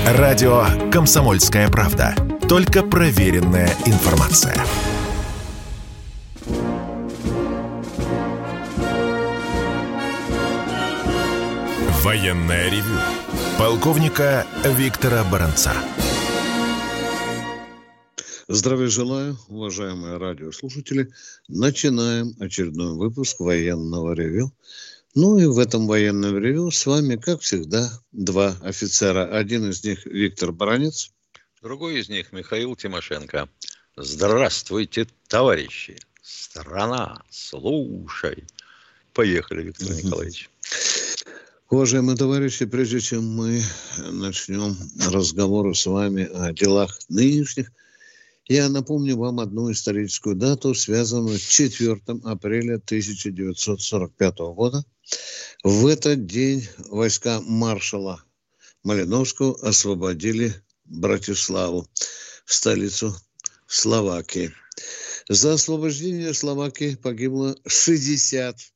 Радио «Комсомольская правда». Только проверенная информация. Военное ревю полковника Виктора Баранца. Здравия желаю, уважаемые радиослушатели. Начинаем очередной выпуск военного ревю. Ну и в этом военном ревю с вами, как всегда, два офицера. Один из них Виктор Баранец. Другой из них Михаил Тимошенко. Здравствуйте, товарищи. Страна, слушай. Поехали, Виктор Николаевич. Уважаемые товарищи, прежде чем мы начнем разговор с вами о делах нынешних, я напомню вам одну историческую дату, связанную с 4 апреля 1945 года. В этот день войска маршала Малиновского освободили Братиславу, столицу Словакии. За освобождение Словакии погибло 60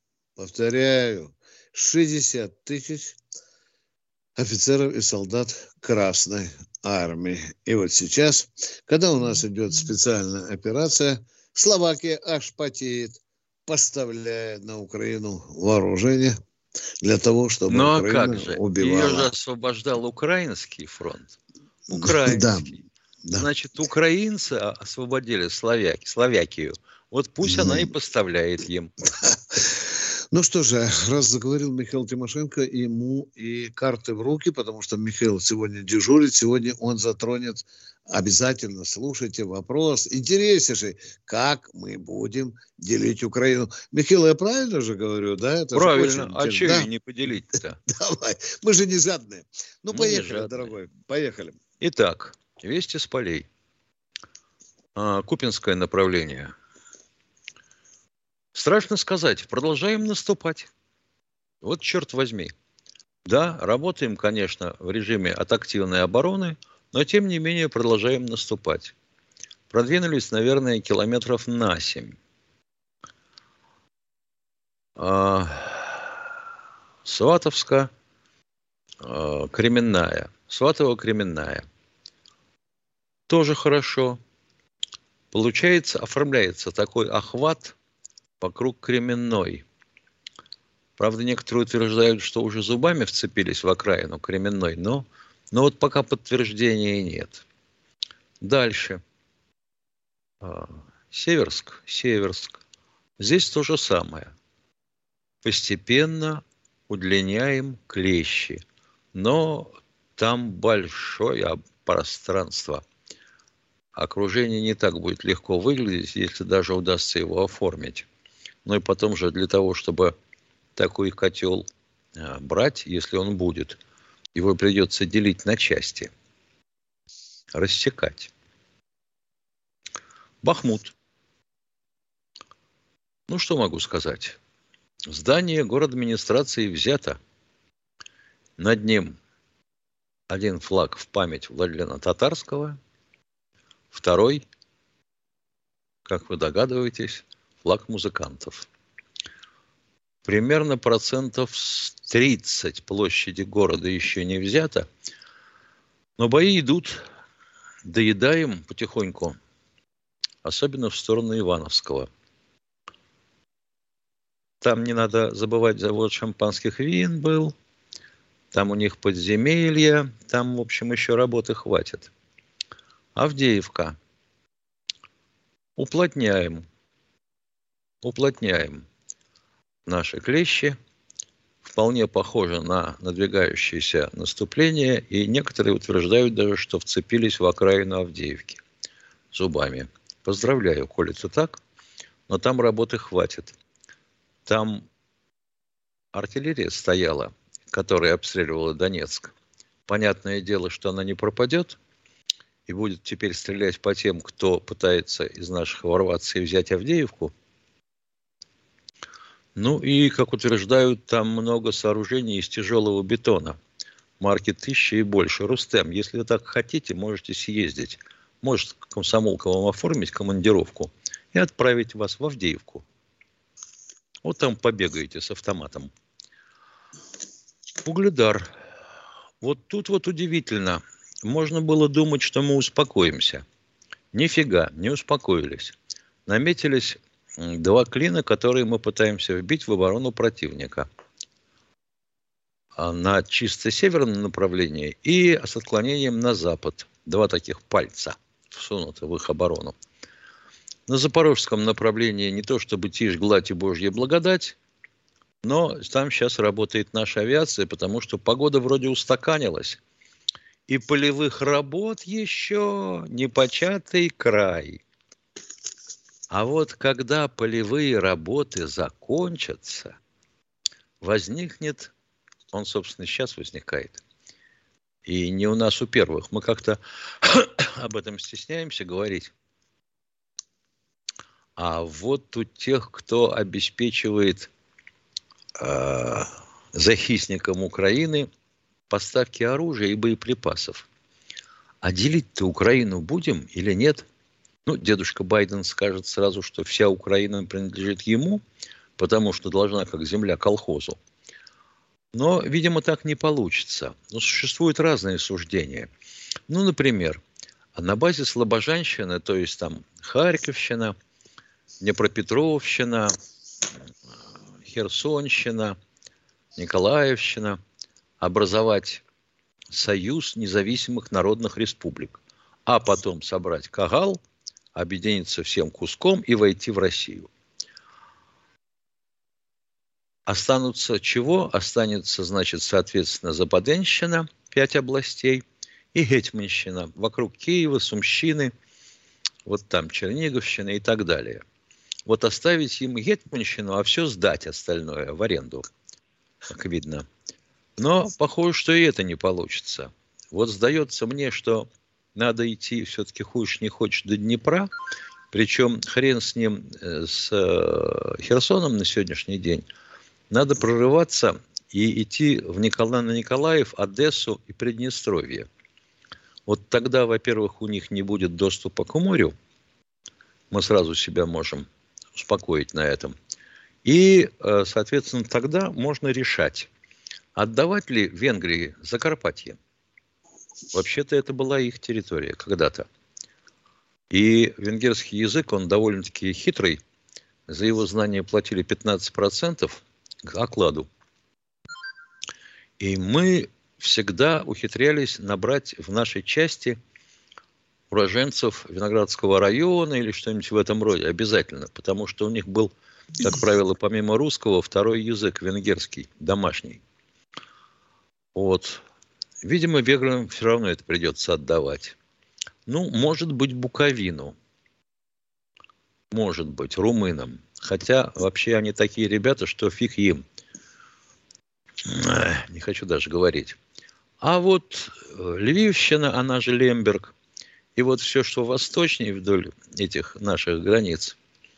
тысяч офицеров и солдат Красной Армии. И вот сейчас, когда у нас идет специальная операция, Словакия аж потеет, поставляя на Украину вооружение для того, чтобы Украина убивала. Ее же освобождал Украинский фронт. Украинский. Да. Значит, украинцы освободили Словакию. Вот пусть она и поставляет им. Ну что же, раз заговорил Михаил Тимошенко, ему и карты в руки, потому что Михаил сегодня дежурит, сегодня он затронет, обязательно слушайте вопрос, интереснейший, как мы будем делить Украину. Михаил, я правильно же говорю, да? Это правильно, а что ее не поделить-то? Давай, мы же не жадные. Ну, поехали, дорогой, поехали. Итак, вести с полей. Купинское направление. Страшно сказать, продолжаем наступать. Вот черт возьми. Да, работаем, конечно, в режиме от активной обороны, но тем не менее продолжаем наступать. Продвинулись, наверное, километров на 7. Сватовска, Кременная. Сватово-Кременная. Тоже хорошо. Получается, оформляется такой охват вокруг Кременной. Правда, некоторые утверждают, что уже зубами вцепились в окраину Кременной, но вот пока подтверждения нет. Дальше. Северск. Здесь то же самое. Постепенно удлиняем клещи, но там большое пространство. Окружение не так будет легко выглядеть, если даже удастся его оформить. Ну и потом же для того, чтобы такой котел брать, если он будет, его придется делить на части, рассекать. Бахмут. Ну, что могу сказать? Здание городадминистрации взято. Над ним один флаг в память Владлена Татарского, второй, как вы догадываетесь, флаг музыкантов. Примерно 30% площади города еще не взято, но бои идут, доедаем потихоньку, особенно в сторону Ивановского. Там не надо забывать, завод шампанских вин был, там у них подземелья, там, в общем, еще работы хватит. Авдеевка. Уплотняем наши клещи. Вполне похоже на надвигающееся наступление, и некоторые утверждают даже, что вцепились в окраину Авдеевки зубами. Поздравляю, коли это так, но там работы хватит. Там артиллерия стояла, которая обстреливала Донецк. Понятное дело, что она не пропадет и будет теперь стрелять по тем, кто пытается из наших ворваться и взять Авдеевку. Ну и, как утверждают, там много сооружений из тяжелого бетона. Марки 1000 и больше. Рустем, если вы так хотите, можете съездить. Может, комсомолка вам оформить командировку и отправить вас в Авдеевку. Вот там побегаете с автоматом. Угледар. Вот тут вот удивительно. можно было думать, что мы успокоимся. Нифига, не успокоились. Наметились два клина, которые мы пытаемся вбить в оборону противника. На чисто северном направлении и с отклонением на запад. Два таких пальца всунуты в их оборону. На запорожском направлении не то чтобы тишь, гладь и Божья благодать, но там сейчас работает наша авиация, потому что погода вроде устаканилась. И полевых работ еще непочатый край. А вот когда полевые работы закончатся, возникнет, он, собственно, сейчас возникает, и не у нас у первых, мы как-то об этом стесняемся говорить, а вот у тех, кто обеспечивает захисникам Украины поставки оружия и боеприпасов. А делить-то Украину будем или нет? Ну, дедушка Байден скажет сразу, что вся Украина принадлежит ему, потому что должна как земля колхозу. Но, видимо, так не получится. Но существуют разные суждения. Ну, например, на базе Слобожанщины, то есть там Харьковщина, Днепропетровщина, Херсонщина, Николаевщина, образовать союз независимых народных республик, а потом собрать Кагал, объединиться всем куском и войти в Россию. Останутся чего? Останется, значит, соответственно, Западенщина, 5 областей, и Гетьманщина, вокруг Киева, Сумщины, вот там Черниговщина и так далее. Вот оставить им Гетьманщину, а все сдать остальное в аренду, как видно. Но похоже, что и это не получится. Вот сдается мне, что надо идти все-таки хочешь не хочешь до Днепра, причем хрен с ним, с Херсоном на сегодняшний день, надо прорываться и идти на Николаев, Одессу и Приднестровье. Вот тогда, во-первых, у них не будет доступа к морю, мы сразу себя можем успокоить на этом. И, соответственно, тогда можно решать, отдавать ли Венгрии Закарпатье. Вообще-то это была их территория когда-то. И венгерский язык, он довольно-таки хитрый. За его знание платили 15% к окладу. И мы всегда ухитрялись набрать в нашей части уроженцев Виноградского района или что-нибудь в этом роде. Обязательно. Потому что у них был, как правило, помимо русского, второй язык, венгерский, домашний. Вот. Видимо, венграм все равно это придется отдавать. Ну, может быть, Буковину. Может быть, румынам. Хотя вообще они такие ребята, что фиг им. Не хочу даже говорить. А вот Львивщина, она же Лемберг, и вот все, что восточнее вдоль этих наших границ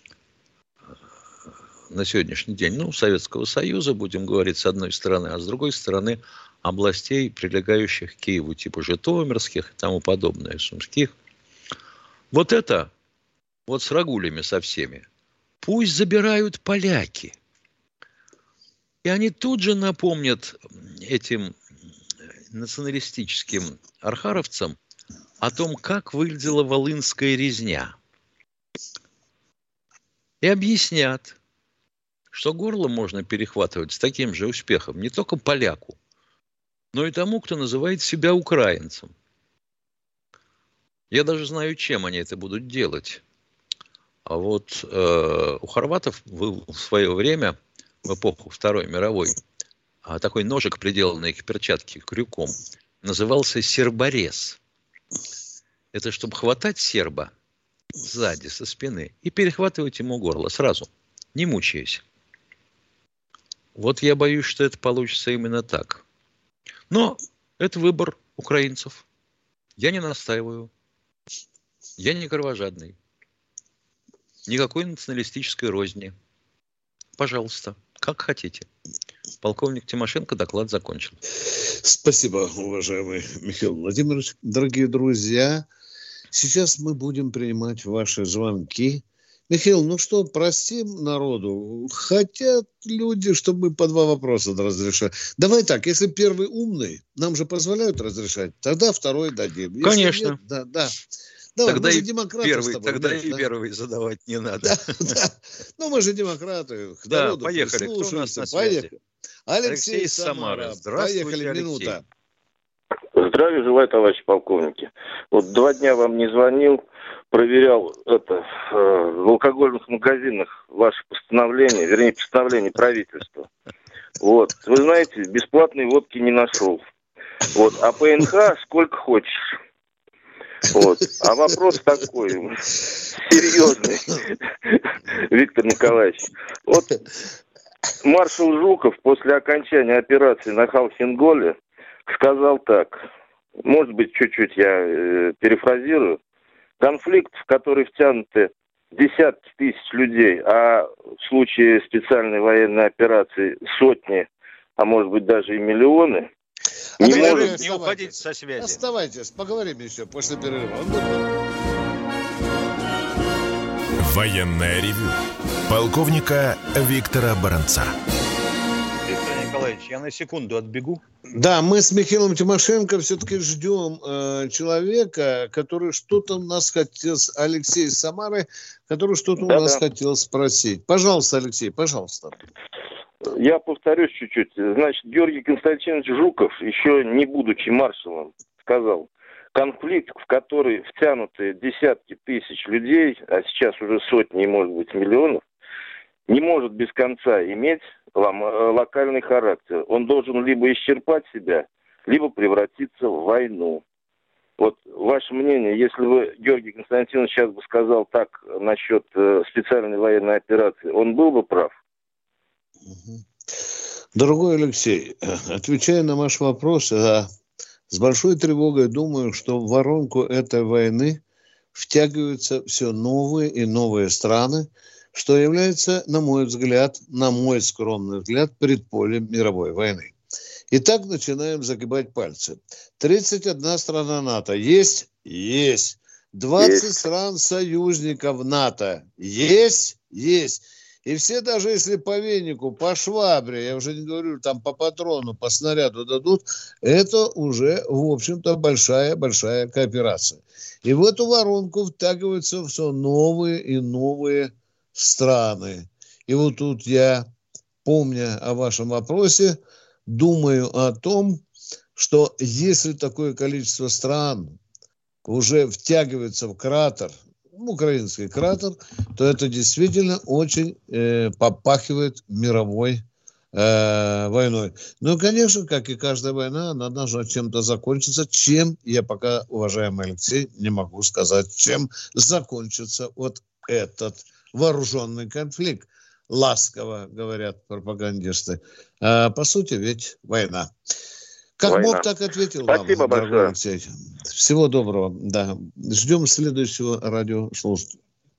на сегодняшний день, ну, Советского Союза, будем говорить, с одной стороны, а с другой стороны областей, прилегающих к Киеву, типа Житомирских и тому подобное, Сумских. Вот это, вот с рагулями со всеми, пусть забирают поляки. И они тут же напомнят этим националистическим архаровцам о том, как выглядела волынская резня. И объяснят, что горло можно перехватывать с таким же успехом не только поляку, но и тому, кто называет себя украинцем. Я даже знаю, чем они это будут делать. А вот у хорватов в свое время, в эпоху Второй мировой, такой ножик, приделанный к перчатке крюком, назывался серборез. Это чтобы хватать серба сзади, со спины, и перехватывать ему горло сразу, не мучаясь. Вот я боюсь, что это получится именно так. Но это выбор украинцев. Я не настаиваю. Я не кровожадный. Никакой националистической розни. Пожалуйста, как хотите. Полковник Тимошенко доклад закончил. Спасибо, уважаемый Михаил Владимирович. Дорогие друзья, сейчас мы будем принимать ваши звонки. Михаил, ну что, простим народу? Хотят люди, чтобы мы по два вопроса разрешали. Давай так, если первый умный, нам же позволяют разрешать, тогда второй дадим. Если Конечно. нет, да. Давай, Тогда мы же и демократы первый, с тобой. тогда Миш, и да? первый задавать не надо. Да. Ну, мы же демократы, к Да, народу поехали. Кто у нас прислушиваемся. на связи? Поехали. Алексей Алексей из Самары. Самара. Здравствуйте, Поехали, Алексей. минута. Здравия желаю, товарищи полковники. Вот 2 дня вам не звонил, проверял в алкогольных магазинах ваше постановление, вернее, постановление правительства. Вот. Вы знаете, бесплатной водки не нашел. Вот. А ПНХ сколько хочешь. Вот. А вопрос такой, серьезный, Виктор Николаевич. Вот маршал Жуков после окончания операции на Халхин-Голе сказал так, может быть, чуть-чуть я перефразирую, конфликт, в который втянуты десятки тысяч людей, а в случае специальной военной операции сотни, а может быть даже и миллионы, Не давай, может оставайтесь. не уходить со связи. Оставайтесь, поговорим еще после перерыва. Военное ревю полковника Виктора Баранца. Виктор Николаевич, я на секунду отбегу. Да, мы с Михаилом Тимошенко все-таки ждем человека, который что-то у нас хотел, Алексей из Самары, который что-то у нас хотел спросить. Пожалуйста, Алексей, пожалуйста. Я повторюсь чуть-чуть. Значит, Георгий Константинович Жуков, еще не будучи маршалом, сказал, конфликт, в который втянуты десятки тысяч людей, а сейчас уже сотни, может быть, миллионов, не может без конца иметь локальный характер. Он должен либо исчерпать себя, либо превратиться в войну. Вот ваше мнение, если бы Георгий Константинович сейчас бы сказал так насчет специальной военной операции, он был бы прав? Дорогой Алексей, отвечая на ваш вопрос, с большой тревогой думаю, что в воронку этой войны втягиваются все новые и новые страны, что является, на мой взгляд, на мой скромный взгляд, предполем мировой войны. И так начинаем загибать пальцы. 31 страна НАТО есть? Есть. 20 стран союзников НАТО есть? Есть. И все, даже если по венику, по швабре, я уже не говорю, там по патрону, по снаряду дадут, это уже, в общем-то, большая-большая кооперация. И в эту воронку втягиваются все новые и новые страны. И вот тут я, помня о вашем вопросе, думаю о том, что если такое количество стран уже втягивается в кратер, украинский кратер, то это действительно очень попахивает мировой войной. Ну, конечно, как и каждая война, она должна чем-то закончиться. Чем, я пока, уважаемый Алексей, не могу сказать, чем закончится вот этот вооруженный конфликт. Ласково говорят пропагандисты. А по сути, ведь война. Как война. мог, так ответил. Спасибо вам, большое. дорогой Алексей. Всего доброго. Да. Ждем следующего радиослушателя.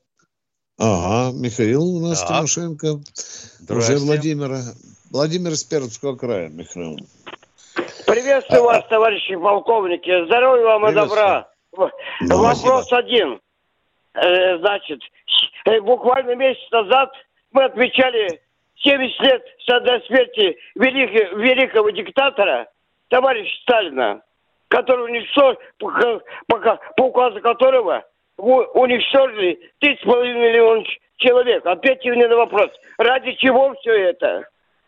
Ага, Михаил у нас Тимошенко. Уже Владимир из Пермского края, Михаил. Приветствую вас, товарищи полковники. Здоровья вам и добра. Вопрос один. Значит, буквально месяц назад мы отмечали 70 лет до смерти великого диктатора, товарища Сталина, который уничтожил, по указу которого уничтожили 3,5 миллиона человек. Ответьте мне на вопрос. Ради чего все это?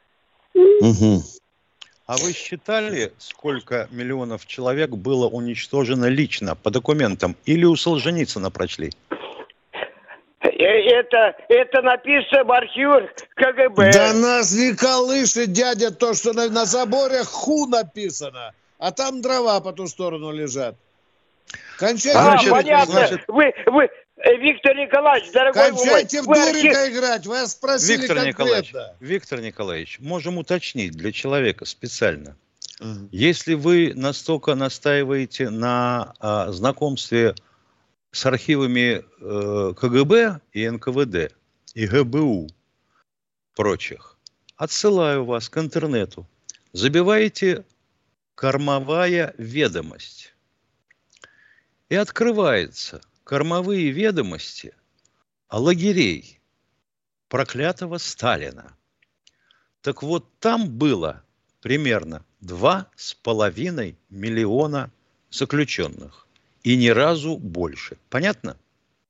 А вы считали, сколько миллионов человек было уничтожено лично, по документам, или у Солженицына прочли? Это написано в архивах КГБ. Да нас не колышет, дядя, то, что на заборе ху написано, а там дрова по ту сторону лежат. Кончайте, понятно. Вы, Виктор Николаевич, дорогой мой. Кончайте в дурика играть, вас спросили Виктор Николаевич, можем уточнить для человека специально. Если вы настолько настаиваете на знакомстве с архивами КГБ и НКВД, и ГБУ прочих, отсылаю вас к интернету. Забиваете «Кормовая ведомость». И открывается «Кормовые ведомости» лагерей проклятого Сталина. Так вот, там было примерно 2,5 миллиона заключенных. И ни разу больше. Понятно?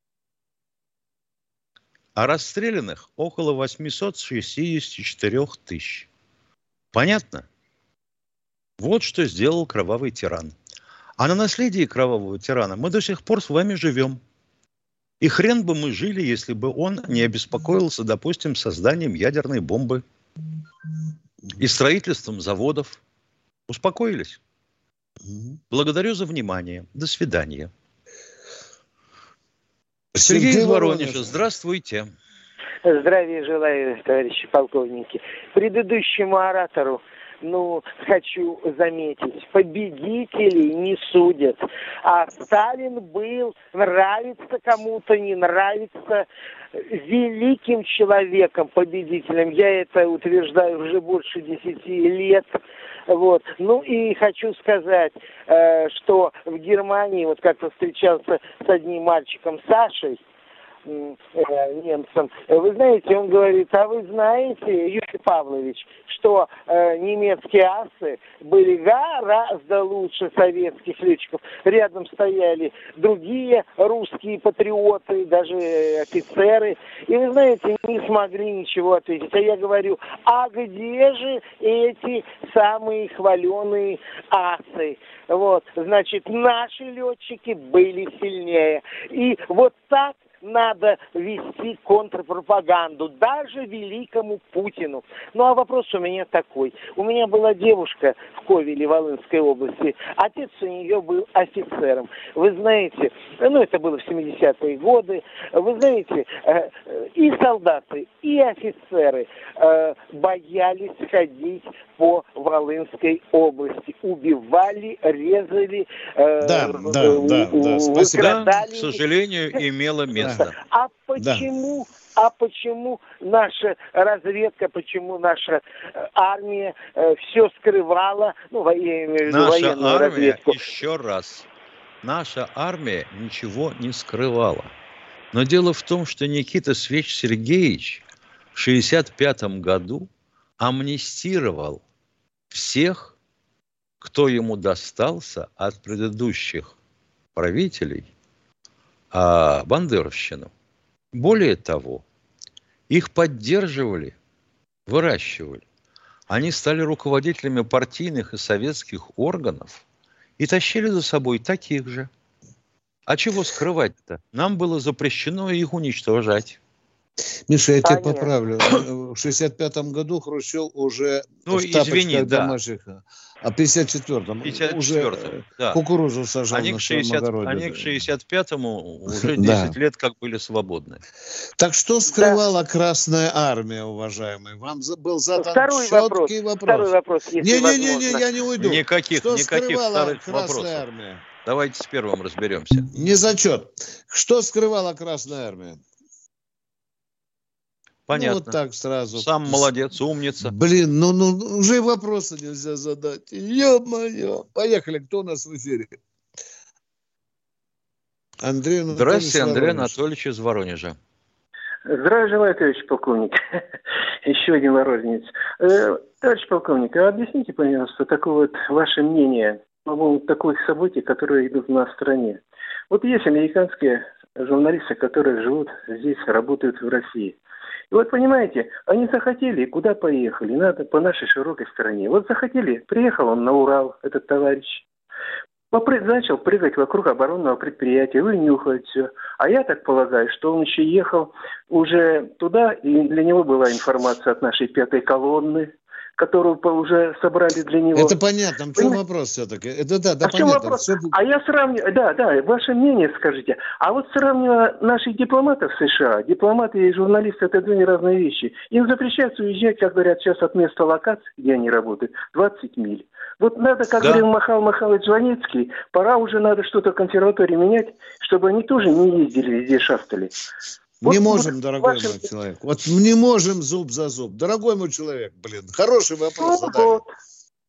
А расстрелянных около 864 тысяч. Понятно? Вот что сделал кровавый тиран. А на наследии кровавого тирана мы до сих пор с вами живем. И хрен бы мы жили, если бы он не обеспокоился, допустим, созданием ядерной бомбы и строительством заводов. Успокоились? Благодарю за внимание. До свидания. Сергей из Воронежа. Здравствуйте. Здравия желаю, товарищи полковники. Предыдущему оратору, хочу заметить, победителей не судят. А Сталин был, нравится кому-то, не нравится, великим человеком, победителем. Я это утверждаю уже больше 10 лет. Вот. И хочу сказать, что в Германии, вот как-то встречался с одним мальчиком Сашей, немцем. Вы знаете, он говорит, а вы знаете, Юрий Павлович, что немецкие асы были гораздо лучше советских летчиков. Рядом стояли другие русские патриоты, даже офицеры. И вы знаете, не смогли ничего ответить. А я говорю, а где же эти самые хваленые асы? Вот, значит, наши летчики были сильнее. И вот так надо вести контрпропаганду, даже великому Путину. А вопрос у меня такой. У меня была девушка в Ковеле, Волынской области. Отец у нее был офицером. Вы знаете, это было в 70-е годы. Вы знаете, и солдаты, и офицеры боялись ходить по Волынской области. Убивали, резали, да, к сожалению, имело место. А почему наша разведка, почему наша армия все скрывала? Я имею в виду военную разведку. Еще раз, наша армия ничего не скрывала. Но дело в том, что Никита Свеч Сергеевич в 1965 году амнистировал всех, кто ему достался от предыдущих правителей, бандеровщину. Более того, их поддерживали, выращивали. Они стали руководителями партийных и советских органов и тащили за собой таких же. А чего скрывать-то? Нам было запрещено их уничтожать. Миша, я тебя поправлю. В 65-м году Хрущев уже в тапочках домашних, а в 54-м уже кукурузу сажал на своем огороде. Они к 65-му уже 10 лет как были свободны. Так что скрывала Красная Армия, уважаемый? Вам был задан четкий вопрос. Второй вопрос, Не, я не уйду. Никаких вторых вопросов. Армия? Давайте с первым разберемся. Не зачет. Что скрывала Красная Армия? Понятно. Вот так сразу. Сам молодец, умница. Блин, уже вопросы нельзя задать. Ё-моё. Поехали, кто у нас в эфире? Андрей Анатольевич. Здравствуйте, Андрей Анатольевич из Воронежа. Здравия желаю, товарищ полковник. Еще один воронежец. Товарищ полковник, а объясните, пожалуйста, такое вот ваше мнение по поводу таких событий, которые идут у нас в стране. Вот есть американские журналисты, которые живут здесь, работают в России. И вот, понимаете, они захотели, куда поехали, надо по нашей широкой стране. Вот захотели, приехал он на Урал, этот товарищ, начал прыгать вокруг оборонного предприятия, вынюхать все. А я так полагаю, что он еще ехал уже туда, и для него была информация от нашей пятой колонны, которую уже собрали для него. Это понятно. В чем вопрос все-таки? Это понятно. В чем вопрос? Все... А я сравниваю... ваше мнение скажите. А вот сравнивая наших дипломатов в США, дипломаты и журналисты — это две разные вещи. Им запрещается уезжать, как говорят сейчас, от места локации, где они работают, 20 миль. Вот надо, как говорил Михаил Михайлович Жванецкий, пора уже надо что-то в консерватории менять, чтобы они тоже не ездили везде, шастали. Не можем, дорогой мой человек. Вот не можем зуб за зуб. Дорогой мой человек, хороший вопрос задали.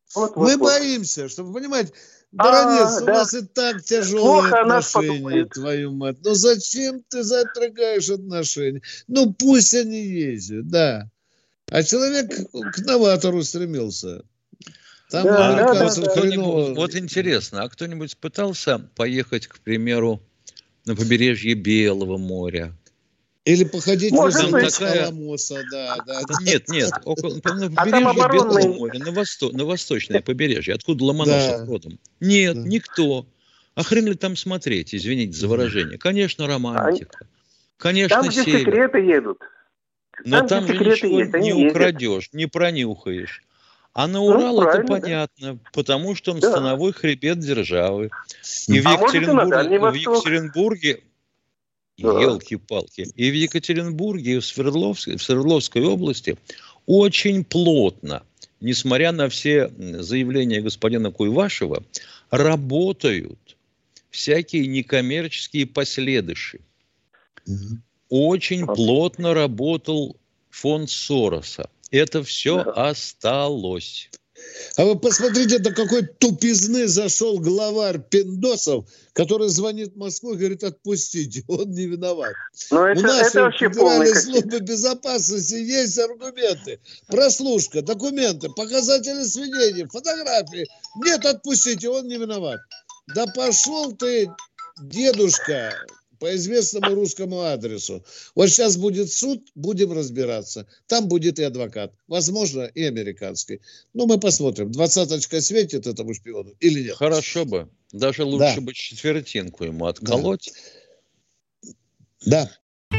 Мы боимся, чтобы, понимаете, Баранец, у нас и так тяжелые отношения, твою мать. Ну зачем ты затрягаешь отношения? Ну пусть они ездят, да. А человек к новатору стремился. Там Вот интересно, а кто-нибудь пытался поехать, к примеру, на побережье Белого моря? Или походить возле Коломоса, да. Нет, на побережье Белого моря, на восточное побережье, откуда Ломоносов родом. Нет, никто. А хрен ли там смотреть, извините за выражение. Конечно, романтика. Конечно, там, где секреты едут. Но там же ничего не украдешь, не пронюхаешь. А на Урал это понятно, потому что он становой хребет державы. И в Екатеринбурге, елки-палки, и в Екатеринбурге, и в Свердловской области очень плотно, несмотря на все заявления господина Куйвашева, работают всякие некоммерческие последыши. Очень плотно работал фонд Сороса. Это все осталось. А вы посмотрите, до какой тупизны зашел главарь Пиндосов, который звонит в Москву и говорит: отпустите, он не виноват. У нас в Федеральной службе безопасности есть аргументы. Прослушка, документы, показатели сведений, фотографии. Нет, отпустите, он не виноват. Да пошел ты, дедушка, по известному русскому адресу. Вот сейчас будет суд, будем разбираться. Там будет и адвокат. Возможно, и американский. Ну, мы посмотрим, 20-очка светит этому шпиону или нет. Хорошо бы. Даже лучше бы четвертинку ему отколоть. Да.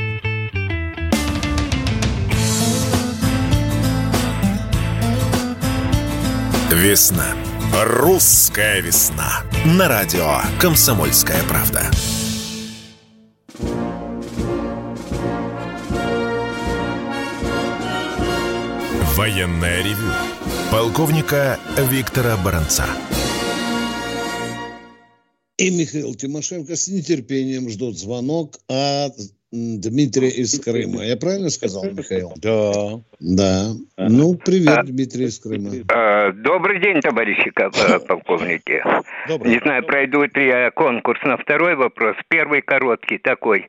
Весна. Русская весна. На радио «Комсомольская правда». Военное ревю полковника Виктора Баранца. И Михаил Тимошенко с нетерпением ждут звонок от Дмитрия из Крыма. Я правильно сказал, Михаил? Да. Ну, привет, Дмитрий из Крыма. Добрый день, товарищи полковники. Добрый. Не знаю, пройду ли я конкурс на второй вопрос. Первый короткий такой.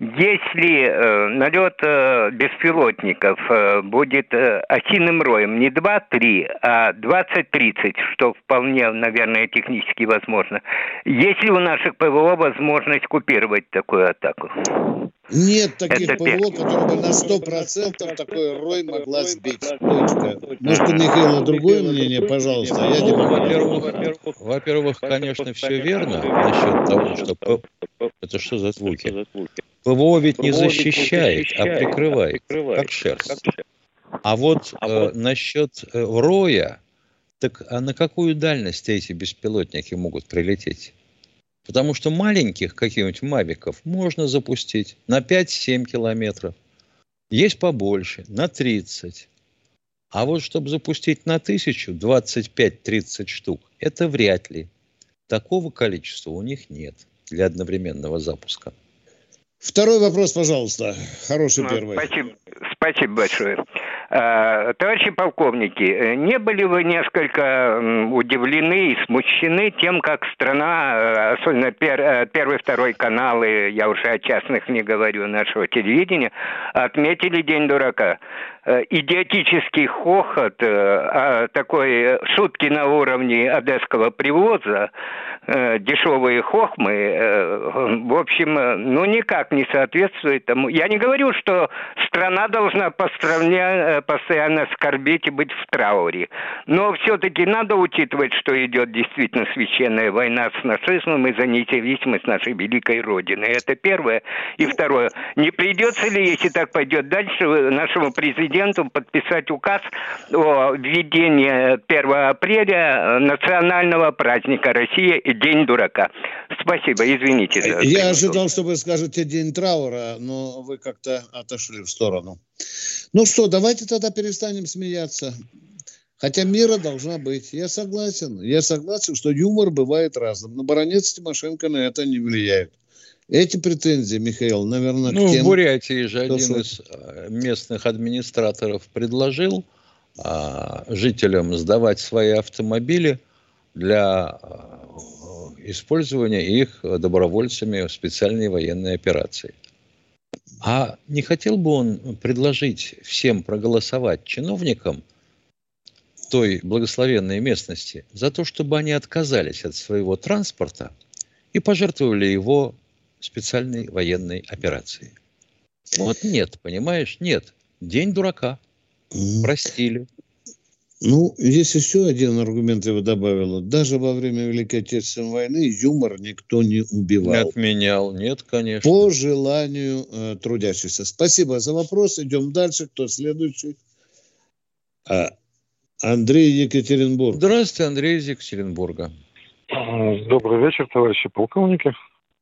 Если налет беспилотников будет осиным роем не 2-3, а 20-30, что вполне, наверное, технически возможно, есть ли у наших ПВО возможность купировать такую атаку? Нет таких ПВО, которые бы на 100% такой рой могла сбить. Точка. Может, у Михаила другое мнение, пожалуйста, я не могу. Во-первых, конечно, все верно насчет того, что... Это что за звуки? ПВО ведь не защищает, а прикрывает, как шерсть. А вот насчет роя, так а на какую дальность эти беспилотники могут прилететь? Потому что маленьких каких-нибудь мавиков можно запустить на 5-7 километров. Есть побольше, на 30. А вот чтобы запустить на 1000, 25-30 штук, это вряд ли. Такого количества у них нет для одновременного запуска. Второй вопрос, пожалуйста. Хороший первый. Спасибо большое. Товарищи полковники, не были вы несколько удивлены и смущены тем, как страна, особенно первый, второй каналы, я уже о частных не говорю, нашего телевидения, отметили День дурака? Идиотический хохот, такой шутки на уровне одесского привоза, дешевые хохмы, в общем, никак не соответствует тому. Я не говорю, что страна должна постоянно скорбеть и быть в трауре, но все-таки надо учитывать, что идет действительно священная война с нацизмом и за независимость нашей великой Родины. Это первое. И второе. Не придется ли, если так пойдет дальше, нашему президенту подписать указ о введении 1 апреля национального праздника России – День дурака? Спасибо, извините. Я ожидал, что вы скажете День траура, но вы как-то отошли в сторону. Ну что, давайте тогда перестанем смеяться. Хотя мера должна быть. Я согласен, что юмор бывает разным. Но Баранец и Тимошенко на это не влияют. Эти претензии, Михаил, наверное, к тем... в Бурятии же один из местных администраторов предложил жителям сдавать свои автомобили для использования их добровольцами в специальной военной операции. А не хотел бы он предложить всем проголосовать чиновникам той благословенной местности за то, чтобы они отказались от своего транспорта и пожертвовали его специальной военной операции? Вот нет, понимаешь, нет. День дурака. Простили. Ну, есть еще один аргумент, я бы добавил. Даже во время Великой Отечественной войны юмор никто не убивал. Не отменял, нет, конечно. По желанию трудящихся. Спасибо за вопрос. Идем дальше. Кто следующий? Андрей, Екатеринбург. Здравствуйте, Андрей из Екатеринбурга. Добрый вечер, товарищи полковники.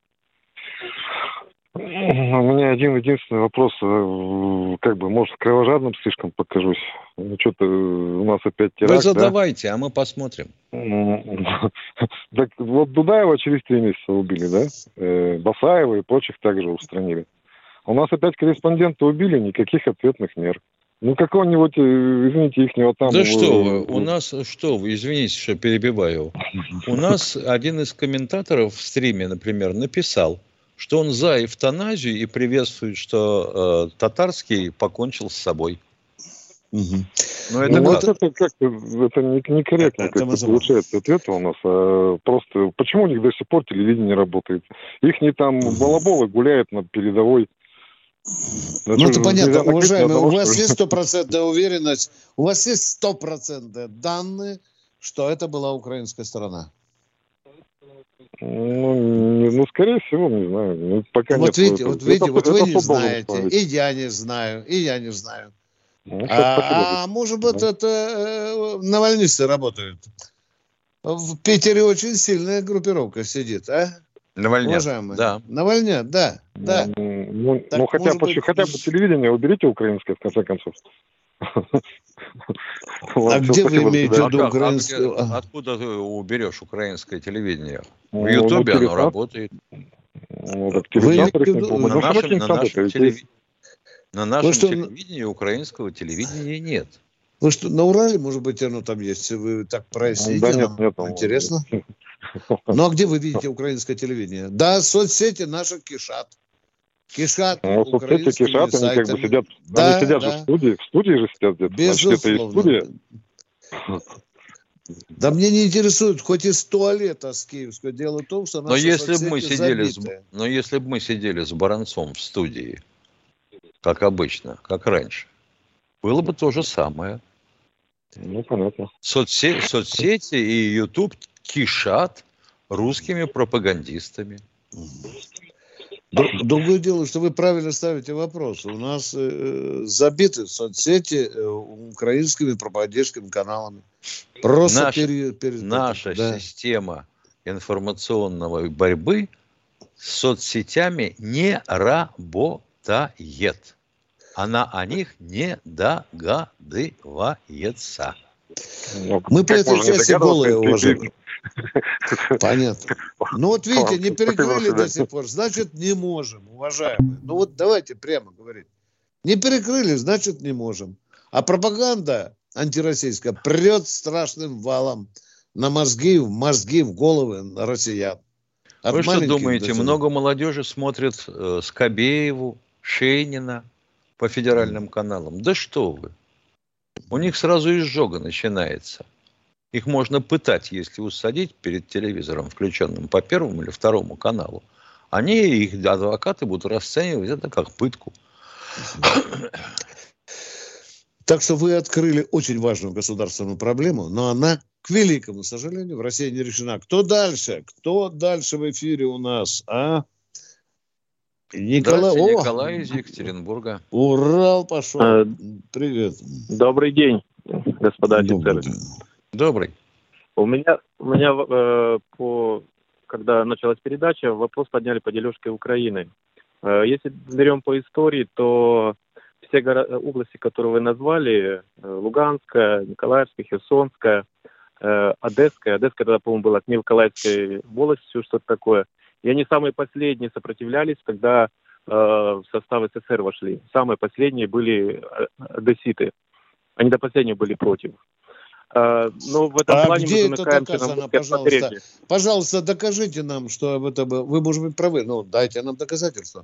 У меня один единственный вопрос, может, кровожадным слишком покажусь. Что-то у нас опять теракт. Вы задавайте, да? А мы посмотрим. Так вот Дудаева через 3 месяца убили, да? Басаева и прочих также устранили. У нас опять корреспондента убили, никаких ответных мер. Ну, какого-нибудь, извините, ихнего там... Да что вы, у нас, извините, что перебиваю. У нас один из комментаторов в стриме, например, написал, что он за эвтаназию и приветствует, что Татарский покончил с собой. Угу. Но это это некорректно получается ответ у нас. Просто почему у них до сих пор телевидение работает? Ихние там балаболы гуляют на передовой. Ну, это понятно, уважаемые, у вас есть стопроцентная уверенность, у вас есть стопроцентные данные, что это была украинская сторона? Ну, скорее всего, не знаю. Пока вот нет. Видите, вы не знаете, и я не знаю. Ну, может быть, это навальнисты работают. В Питере очень сильная группировка сидит, а? Навальнят, да. Навальнят, да. Ну, хотя бы телевидение уберите украинское, в конце концов. А где вы имеете в виду украинское? Откуда ты уберешь украинское телевидение? В Ютубе оно работает. На нашем телевидении украинского телевидения нет. Вы что, на Урале, может быть, оно там есть? Вы так проясните? Да нет. Интересно. Ну, а где вы видите украинское телевидение? Да, соцсети наши кишат. Кишат украинскими сайтами. Они как бы сидят, они сидят же в студии же сидят где-то. Безусловно. Да мне не интересует, хоть из туалета с Киевского. Дело в том, что наши соцсети забиты. Но если бы мы сидели с Баранцом в студии, как обычно, как раньше, было бы то же самое. Ну, понятно. Соцсети и YouTube кишат русскими пропагандистами. Другое дело, что вы правильно ставите вопрос. У нас забиты соцсети украинскими пропагандистскими каналами. Просто наша система информационной борьбы с соцсетями не работает. Она о них не догадывается. Мы по этой части голые, уважаемые. Понятно. Ну вот видите, не перекрыли до сих пор, значит не можем, уважаемые. Ну вот давайте прямо говорить. Не перекрыли, значит не можем. А пропаганда антироссийская прет страшным валом на мозги, в головы россиян. Вы что думаете, много молодежи смотрит Скобееву, Шейнина по федеральным каналам? Да что вы. У них сразу изжога начинается. Их можно пытать, если усадить перед телевизором, включенным по первому или второму каналу. Они, их адвокаты, будут расценивать это как пытку. Так что вы открыли очень важную государственную проблему, но она, к великому сожалению, в России не решена. Кто дальше? Кто дальше в эфире у нас? Николай из Екатеринбурга. Урал пошел. Привет. Добрый день, господа офицеры. Добрый. У меня когда началась передача, вопрос подняли по дележке Украины. Если берем по истории, то все области, которые вы назвали, Луганская, Николаевская, Херсонская, Одесская тогда, по-моему, была Николаевской волостью, что-то такое. И они самые последние сопротивлялись, когда в состав СССР вошли. Самые последние были одесситы. Они до последнего были против. Но в этом плане где мы это замыкаем доказано, пожалуйста? Пожалуйста, докажите нам, что это было. Вы, может быть, правы, но дайте нам доказательства.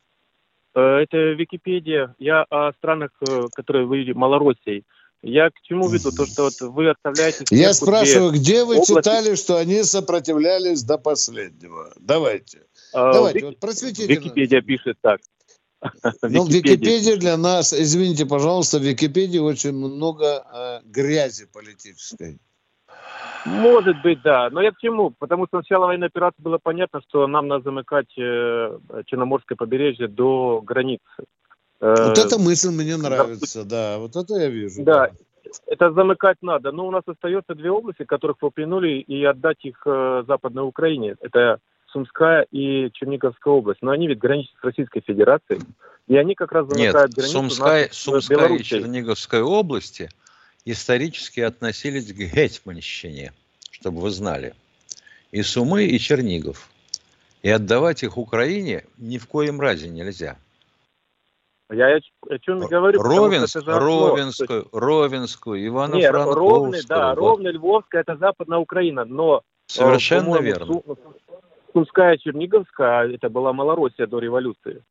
Это Википедия. Я о странах, которые вы видели, Малороссией. Я к чему веду? То, что вот вы оставляете... Я спрашиваю, где вы читали, что они сопротивлялись до последнего? Давайте. Давайте, вот просветите. Википедия пишет так. Но в Википедии для нас, извините, пожалуйста, в Википедии очень много грязи политической. Может быть, да. Но я к чему? Потому что с начала военной операции было понятно, что нам надо замыкать Черноморское побережье до границы. Вот эта мысль мне нравится, да. Вот это я вижу. Да, это замыкать надо. Но у нас остается 2 области, которых вы упомянули, и отдать их Западной Украине. Это Сумская и Черниговская область. Но они ведь граничат с Российской Федерацией. И они как раз замыкают границу Сумская и Черниговская области исторически относились к гетьманщине, чтобы вы знали. И Сумы, и Чернигов. И отдавать их Украине ни в коем разе нельзя. Я о чем и говорю. Ровенскую, Ивано-Франковскую. Ровно, Львовская, это Западная Украина. Но совершенно верно. Сумская, Черниговская, это была Малороссия до революции.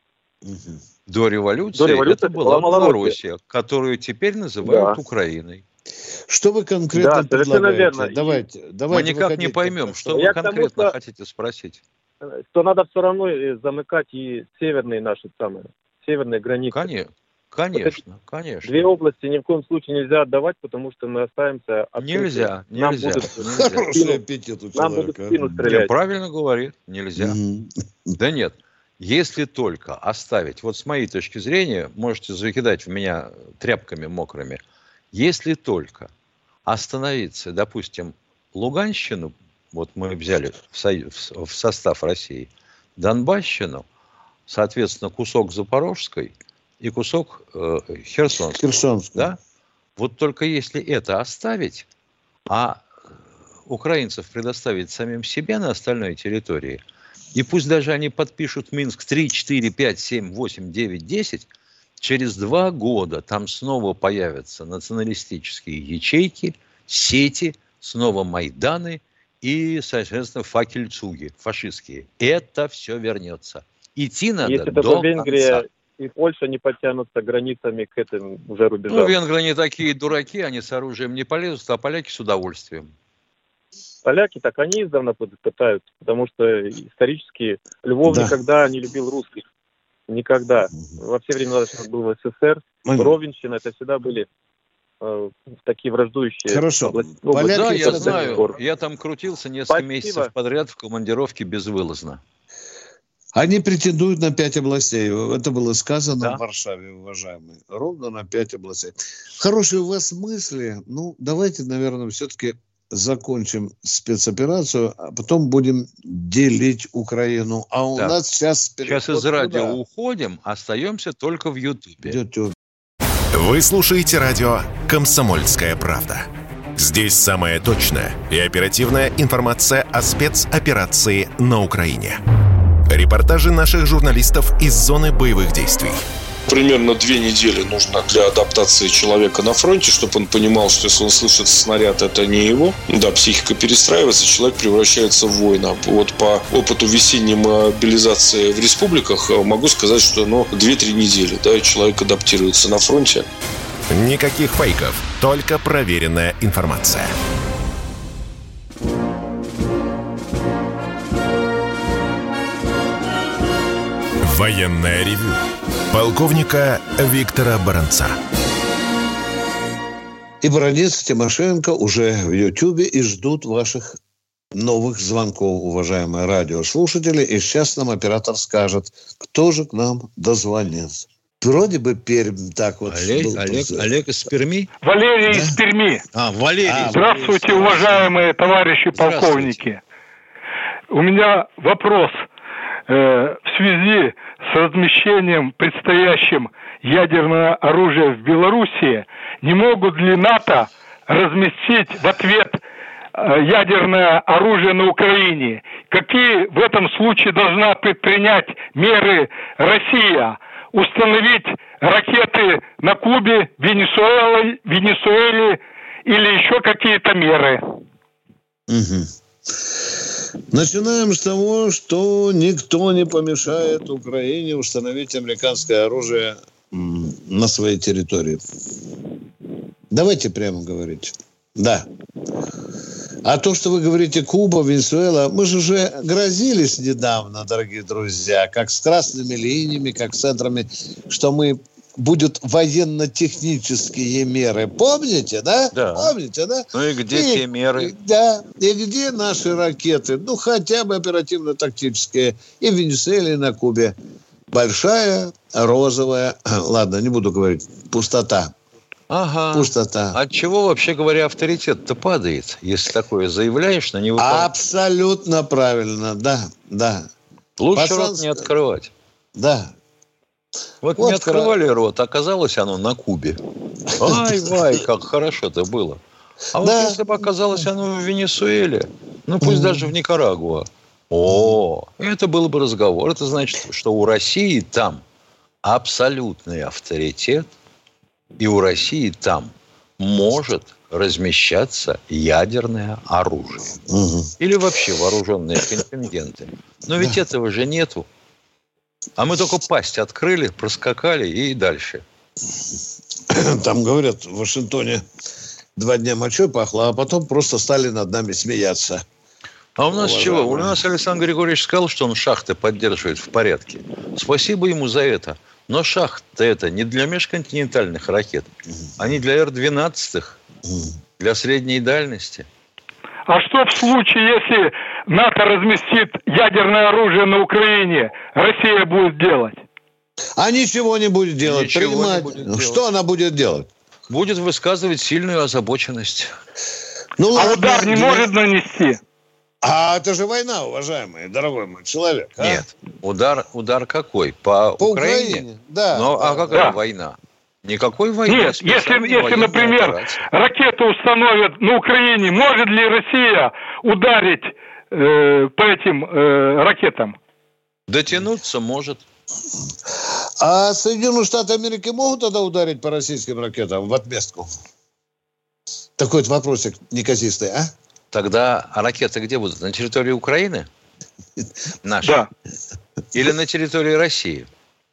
До революции это была Малороссия, которую теперь называют Украиной. Что вы конкретно предлагаете? Верно. Давайте. Мы никак не поймем, что вы конкретно хотите спросить. Что надо все равно замыкать и северные наши северные границы. Конечно. 2 области ни в коем случае нельзя отдавать, потому что мы останемся... Нельзя. Хороший аппетит у человека. Нам будут в спину стрелять. Правильно говорит, нельзя. Да нет. Если только оставить, вот с моей точки зрения, можете закидать в меня тряпками мокрыми, если только остановиться, допустим, Луганщину, вот мы взяли в состав России, Донбасщину, соответственно, кусок Запорожской и кусок Херсонской. Да? Вот только если это оставить, а украинцев предоставить самим себе на остальной территории, и пусть даже они подпишут Минск 3, 4, 5, 7, 8, 9, 10, через 2 года там снова появятся националистические ячейки, сети, снова Майданы и, соответственно, факельцуги фашистские. Это все вернется. Идти надо если до Венгрия конца. И Польша не подтянутся границами к этим уже рубежам. Ну, венгры не такие дураки, они с оружием не полезут, а поляки с удовольствием. Поляки так они издавна пытаются, потому что исторически Львов никогда не любил русских. Никогда. Во все времена был в СССР, Ровенщина, это всегда были такие враждующие. Хорошо. Да, я знаю. Я там крутился несколько месяцев подряд в командировке безвылазно. Они претендуют на 5 областей. Это было сказано в Варшаве, уважаемые. Ровно на 5 областей. Хорошие у вас мысли. Ну, давайте, наверное, все-таки закончим спецоперацию, а потом будем делить Украину. А у нас сейчас... Сейчас из радио уходим, остаемся только в Ютубе. Вы слушаете радио «Комсомольская правда». Здесь самая точная и оперативная информация о спецоперации на Украине. Репортажи наших журналистов из зоны боевых действий. Примерно 2 недели нужно для адаптации человека на фронте, чтобы он понимал, что если он слышит снаряд, это не его. Да, психика перестраивается, человек превращается в воина. Вот по опыту весенней мобилизации в республиках могу сказать, что 2-3 недели, да, человек адаптируется на фронте. Никаких фейков, только проверенная информация. Военное ревю полковника Виктора Баранца. И Баранец, Тимошенко уже в Ютьюбе и ждут ваших новых звонков, уважаемые радиослушатели. И сейчас нам оператор скажет, кто же к нам дозвонится. Вроде бы Пермь так вот. Олег из Перми? Валерий из Перми. Валерий. Здравствуйте, уважаемые товарищи полковники. У меня вопрос. В связи с размещением предстоящим ядерного оружия в Белоруссии, не могут ли НАТО разместить в ответ ядерное оружие на Украине? Какие в этом случае должна предпринять меры Россия? Установить ракеты на Кубе, Венесуэле или еще какие-то меры? Угу. Начинаем с того, что никто не помешает Украине установить американское оружие на своей территории. Давайте прямо говорить. Да. А то, что вы говорите Куба, Венесуэла, мы же уже грозились недавно, дорогие друзья, как с красными линиями, как с центрами, что будут военно-технические меры. Помните, да? Да. Помните, да? Ну и где те меры? Да. И где наши ракеты? Ну, хотя бы оперативно-тактические. И в Венесуэле, и на Кубе. Большая, розовая, ладно, не буду говорить, пустота. Ага. Пустота. От чего, вообще говоря, авторитет-то падает, если такое заявляешь, но не выполняешь? Абсолютно правильно, да. Лучше рот не открывать. Да. Вот не открывали рот, оказалось оно на Кубе. Ай-вай, как хорошо-то было. А вот если бы оказалось оно в Венесуэле, ну пусть даже в Никарагуа, это был бы разговор. Это значит, что у России там абсолютный авторитет, и у России там может размещаться ядерное оружие. Или вообще вооруженные контингенты. Но ведь этого же нету. А мы только пасть открыли, проскакали и дальше. Там, говорят, в Вашингтоне 2 дня мочой пахло, а потом просто стали над нами смеяться. А у нас чего? У нас Александр Григорьевич сказал, что он шахты поддерживает в порядке. Спасибо ему за это. Но шахты это не для межконтинентальных ракет. Они для Р-12, для средней дальности. А что в случае, если НАТО разместит ядерное оружие на Украине, Россия будет делать? А ничего не будет делать. Что она будет делать? Будет высказывать сильную озабоченность. Удар не может нанести? А это же война, уважаемый, дорогой мой человек. А? Нет. Удар какой? По Украине? Да. Какая война? Никакой войны. Нет, если, например, ракеты установят на Украине, может ли Россия ударить по этим ракетам? Дотянуться может. А Соединенные Штаты Америки могут тогда ударить по российским ракетам в отместку? Такой вот вопросик неказистый, а? Тогда ракеты где будут? На территории Украины? Наши? Да. Или на территории России?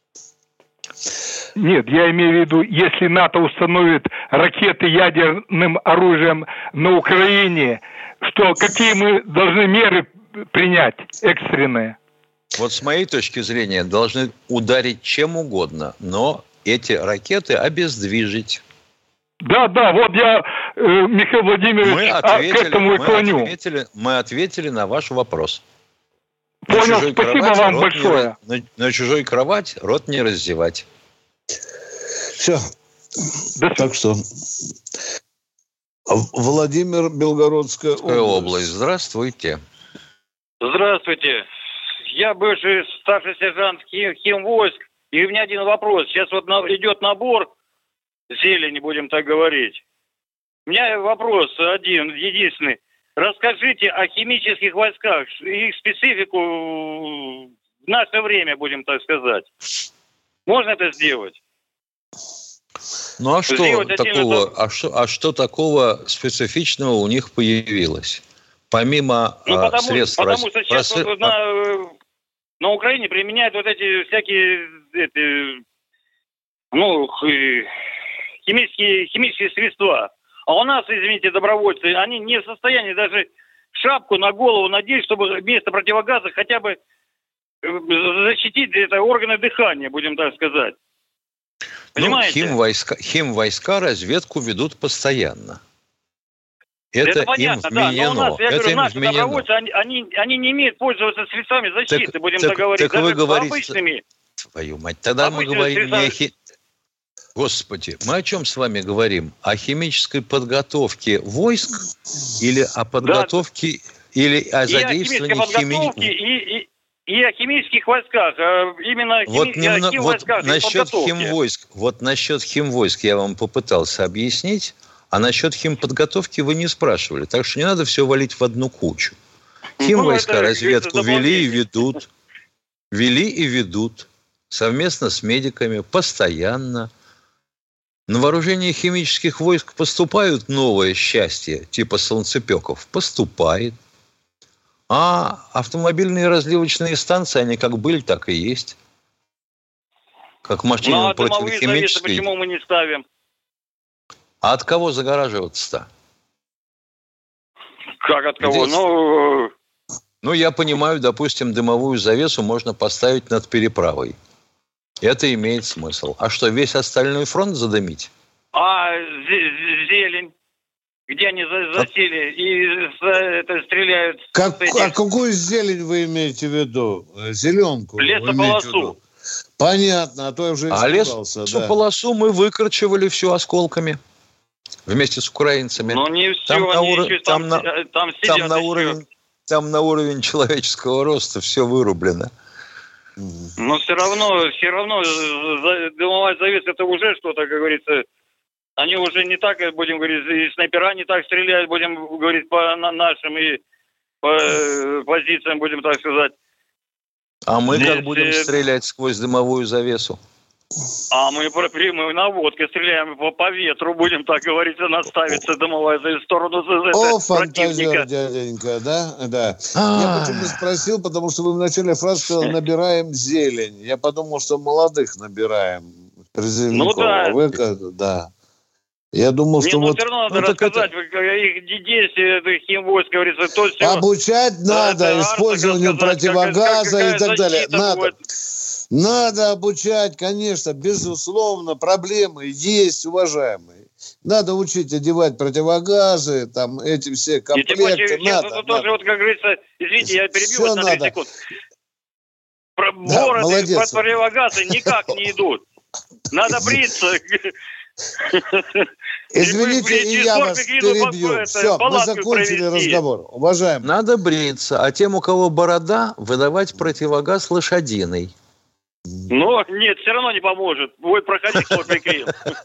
Нет, я имею в виду, если НАТО установит ракеты ядерным оружием на Украине, какие мы должны меры принять экстренные? Вот с моей точки зрения должны ударить чем угодно, но эти ракеты обездвижить. Да, вот я, Михаил Владимирович, к этому и клоню. Мы ответили на ваш вопрос. Понял, спасибо вам большое. На чужой кровать рот не раздевать. Все. Так что Владимир, Белгородская область. Здравствуйте. Здравствуйте. Я бывший старший сержант химвойск, и у меня один вопрос. Сейчас вот идет набор зелени, будем так говорить. У меня вопрос один, единственный. Расскажите о химических войсках, их специфику в наше время, будем так сказать. Можно это сделать? Ну а что такого? А что такого специфичного у них появилось? Помимо средств... Потому что сейчас на Украине применяют вот эти всякие химические средства. А у нас, извините, добровольцы, они не в состоянии даже шапку на голову надеть, чтобы вместо противогаза хотя бы защитить органы дыхания, будем так сказать. Понимаете? Химвойска разведку ведут постоянно. Это понятно, да. Но у нас, я говорю, наши добровольцы, они не имеют пользоваться средствами защиты, будем так говорить. Так вы говорите, обычными. Твою мать, тогда мы говорим не о Господи, мы о чем с вами говорим? О химической подготовке войск или о подготовке, или о задействовании химических... И о химических войсках, именно химвойсках. Насчет химвойск я вам попытался объяснить, а насчет химподготовки вы не спрашивали. Так что не надо все валить в одну кучу. Химвойска разведку вели и ведут. совместно с медиками, постоянно. На вооружение химических войск поступают новое счастье, типа солнцепеков? Поступает. А автомобильные разливочные станции, они как были, так и есть. Как машины противохимические. Почему мы не ставим? А от кого загораживаться-то? Как от кого? Ну, я понимаю, допустим, дымовую завесу можно поставить над переправой. Это имеет смысл. А что, весь остальной фронт задымить? А зелень? Где они засели и стреляют? Какую зелень вы имеете в виду? Зеленку? Лесополосу. Понятно, а то я уже испугался. А лесополосу мы выкорчевали всю осколками. Вместе с украинцами. Ну, не все. Там на уровень человеческого роста все вырублено. Но все равно дымовая завеса это уже что-то, как говорится. Они уже не так, будем говорить, и снайпера не так стреляют, будем говорить, по нашим и по позициям, будем так сказать. А мы как будем стрелять сквозь дымовую завесу? А мы наводкой стреляем по ветру, будем так говорить, наставиться дымовая завеса в сторону фантазер, дяденька, да? Я почему спросил, потому что вы в начале фразы сказали, набираем зелень. Я подумал, что молодых набираем. Да. Я думал, что все равно надо рассказать, их действия, химвойск, говорится, то все. Обучать надо использованию противогаза и так далее. Надо обучать, конечно, безусловно, проблемы есть, уважаемые. Надо учить одевать противогазы, там, эти все комплекты. Надо. Тоже, вот, как говорится, извините, я перебью вас на 30 секунд. Бороды под противогазы никак не идут. Надо бриться. Извините, и я вас перебью. Все, мы закончили разговор. Уважаемые. Надо бриться, а тем, у кого борода, выдавать противогаз лошадиный. Но нет, все равно не поможет. Будет проходить хлопекрил.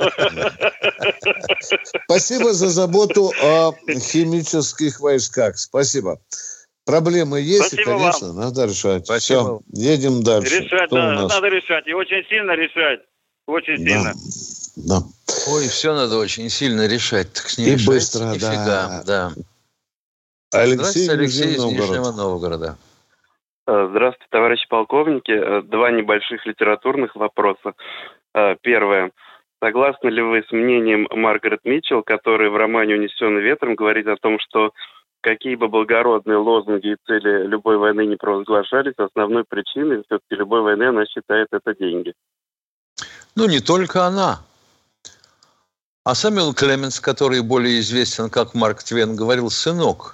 Спасибо за заботу о химических войсках. Спасибо. Проблемы есть, спасибо, и, конечно, вам надо решать. Спасибо. Все, едем дальше. Решать, надо решать. И очень сильно решать. Очень сильно. Да. Ой, все надо очень сильно решать. Так не и решать, быстро, нифига. Да. Алексей из Нижнего Новгорода. Здравствуйте, товарищи полковники. Два небольших литературных вопроса. Первое. Согласны ли вы с мнением Маргарет Митчелл, которая в романе «Унесенный ветром» говорит о том, что какие бы благородные лозунги и цели любой войны не провозглашались, основной причиной все-таки любой войны она считает это деньги? Ну, не только она. А Сэмюэл Клеменс, который более известен как Марк Твен, говорил: сынок,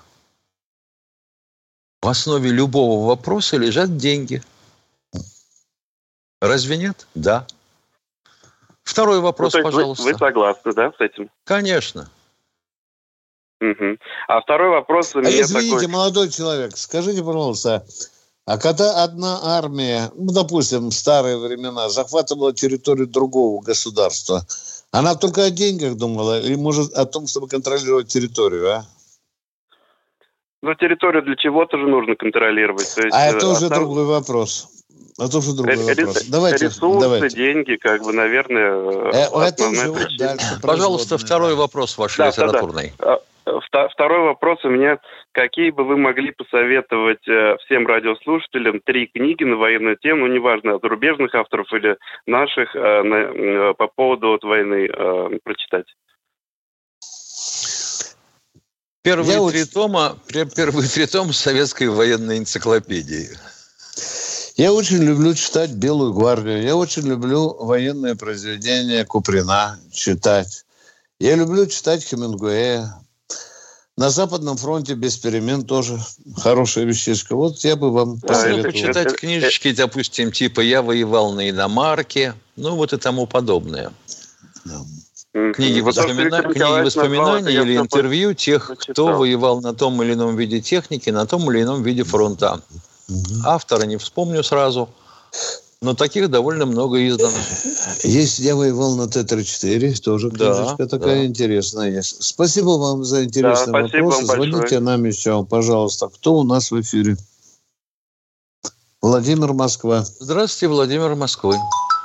в основе любого вопроса лежат деньги. Разве нет? Да. Второй вопрос, пожалуйста. Вы согласны, да, с этим? Конечно. Угу. А второй вопрос у меня извините, такой... молодой человек, скажите, пожалуйста, а когда одна армия, допустим, в старые времена, захватывала территорию другого государства, она только о деньгах думала или, может, о том, чтобы контролировать территорию, а? Ну, территорию для чего-то же нужно контролировать. То есть, это уже другой вопрос. Это уже другой вопрос. Давайте. Деньги, как бы, наверное, основная причина. Пожалуйста, второй вопрос ваш литературный. Да. Второй вопрос у меня. Какие бы вы могли посоветовать всем радиослушателям 3 книги на военную тему, неважно, от зарубежных авторов или наших, по поводу войны прочитать? Первые три тома советской военной энциклопедии. Я очень люблю читать «Белую гвардию». Я очень люблю военные произведения Куприна читать. Я люблю читать Хемингуэя. На Западном фронте без перемен тоже хорошая вещичка. Вот я бы вам посоветовал. Почитать книжечки, допустим, типа «Я воевал на иномарке», ну вот и тому подобное. Да. Книги воспоминаний или интервью тех, кто воевал на том или ином виде техники, на том или ином виде фронта. Автора не вспомню сразу, но таких довольно много издано. Есть, я воевал на Т-34, тоже книжечка такая интересная есть. Спасибо вам за интересный вопрос. Звоните нам еще, пожалуйста. Кто у нас в эфире? Владимир, Москва. Здравствуйте, Владимир, Москвы.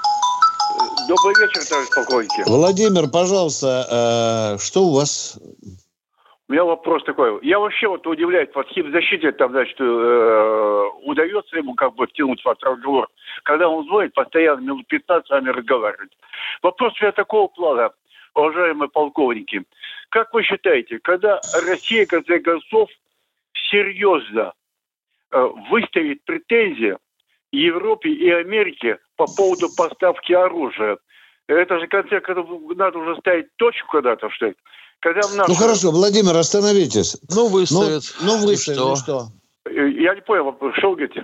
Добрый вечер, товарищ полковники. Владимир, пожалуйста, что у вас? У меня вопрос такой. Я вообще вот удивляюсь, под химзащите там, значит, удается ему как бы втянуть в разговор. Когда он звонит, постоянно минут 15 с вами разговаривает. Вопрос у меня такого плана, уважаемые полковники. Как вы считаете, когда Россия, в конце концов, серьезно выставит претензии Европе и Америке по поводу поставки оружия? Это же, в конце концов, надо уже ставить точку когда-то, что это. Когда Ну хорошо, Владимир, остановитесь. Выставят. Выставим, и что? Я не понял, что вы говорите?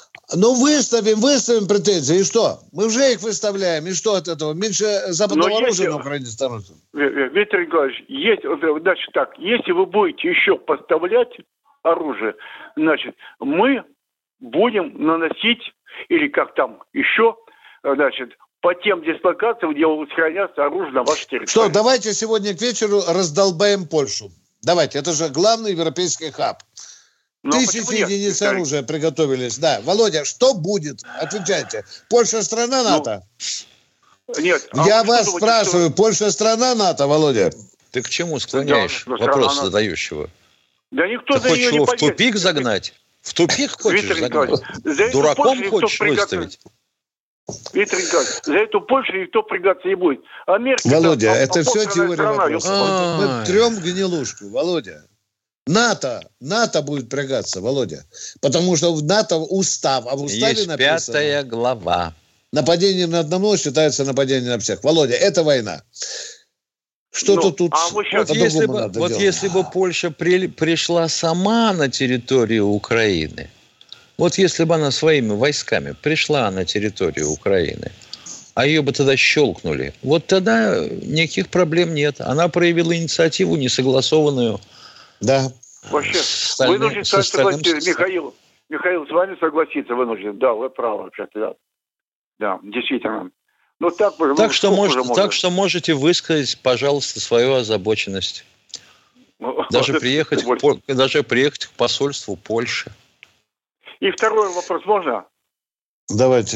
Выставим претензии, и что? Мы уже их выставляем, и что от этого? Меньше западного оружия на Украине становится. Виктор Николаевич, значит так, если вы будете еще поставлять оружие, значит, мы будем наносить, или как там еще, значит, по тем дислокациям, где хранятся оружие на вашей территории. Что, давайте сегодня к вечеру раздолбаем Польшу. Давайте, это же главный европейский хаб. Тысячи единиц оружия приготовились. Да, Володя, что будет? Отвечайте. Польша страна НАТО? Нет. Я вас спрашиваю, Польша страна НАТО, Володя? Ты к чему склоняешь вопрос задающего? Да никто ты хочешь его в тупик загнать? В тупик хочешь загнать? Дураком хочешь выставить? Виктор Николаевич, за эту Польшу никто прыгаться не будет. Америка, Володя, это все теория вопроса. Мы трем гнилушку, Володя. НАТО будет прыгаться, Володя. Потому что в НАТО устав, а в уставе есть написано... 5 глава. Нападение на одного считается нападением на всех. Володя, это война. Что-то тут если бы Польша пришла сама на территорию Украины, вот если бы она своими войсками пришла на территорию Украины, а ее бы тогда щелкнули, вот тогда никаких проблем нет. Она проявила инициативу несогласованную. Да. Вообще, вынужден согласиться, Михаил, с вами согласиться вынужден. Да, вы правы вообще-то. Да, действительно. Но так что можете высказать, пожалуйста, свою озабоченность. Даже приехать к посольству Польши. И второй вопрос можно? Давайте.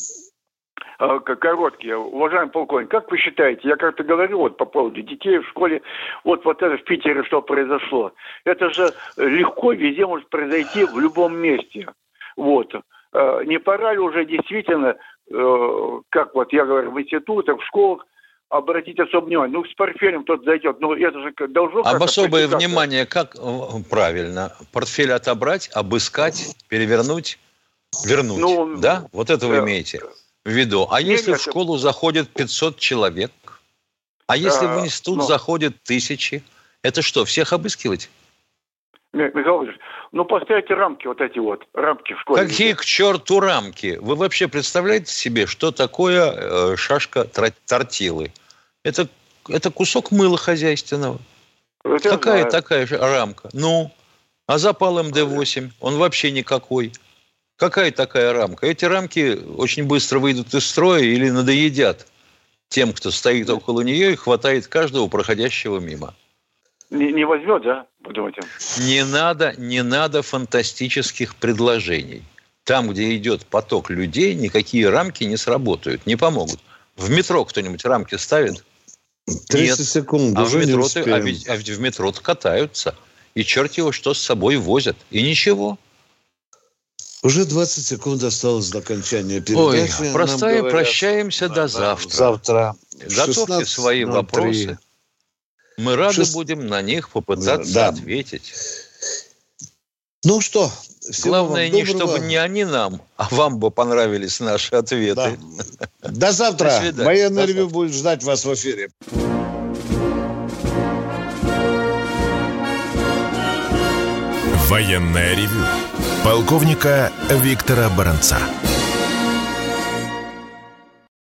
Короткий. Уважаемый полковник, как вы считаете, я как-то говорю вот по поводу детей в школе, вот это в Питере что произошло. Это же легко везде может произойти в любом месте. Вот. Не пора ли уже действительно, как вот я говорю, в институтах, в школах, обратить особое внимание. Ну, с портфелем тот зайдет, но это же должно... Особое внимание, как правильно? Портфель отобрать, обыскать, перевернуть, вернуть. Да? Вот это вы имеете в виду. А если в школу заходит 500 человек? А если в институт заходит 1000? Это что, всех обыскивать? Михаил Владимирович, поставьте рамки рамки в школе. Какие к черту рамки? Вы вообще представляете себе, что такое шашка тортилы? Это кусок мыла хозяйственного. Какая такая же рамка? А запал МД-8, он вообще никакой. Какая такая рамка? Эти рамки очень быстро выйдут из строя или надоедят тем, кто стоит около нее и хватает каждого проходящего мимо. Не возьмет, да? Подумайте. Не надо фантастических предложений. Там, где идет поток людей, никакие рамки не сработают, не помогут. В метро кто-нибудь рамки ставит? 30 секунд, уже не успеем. В метро-то катаются. И черт его что с собой возят. И ничего. Уже 20 секунд осталось до окончания передачи. Ой, простая, прощаемся до завтра. Завтра. Готовьте свои вопросы. Мы рады будем на них попытаться ответить. Ну что, главное, чтобы не они нам, а вам бы понравились наши ответы. Да. До завтра. Военное ревю будет ждать вас в эфире. Военное ревю полковника Виктора Баранца.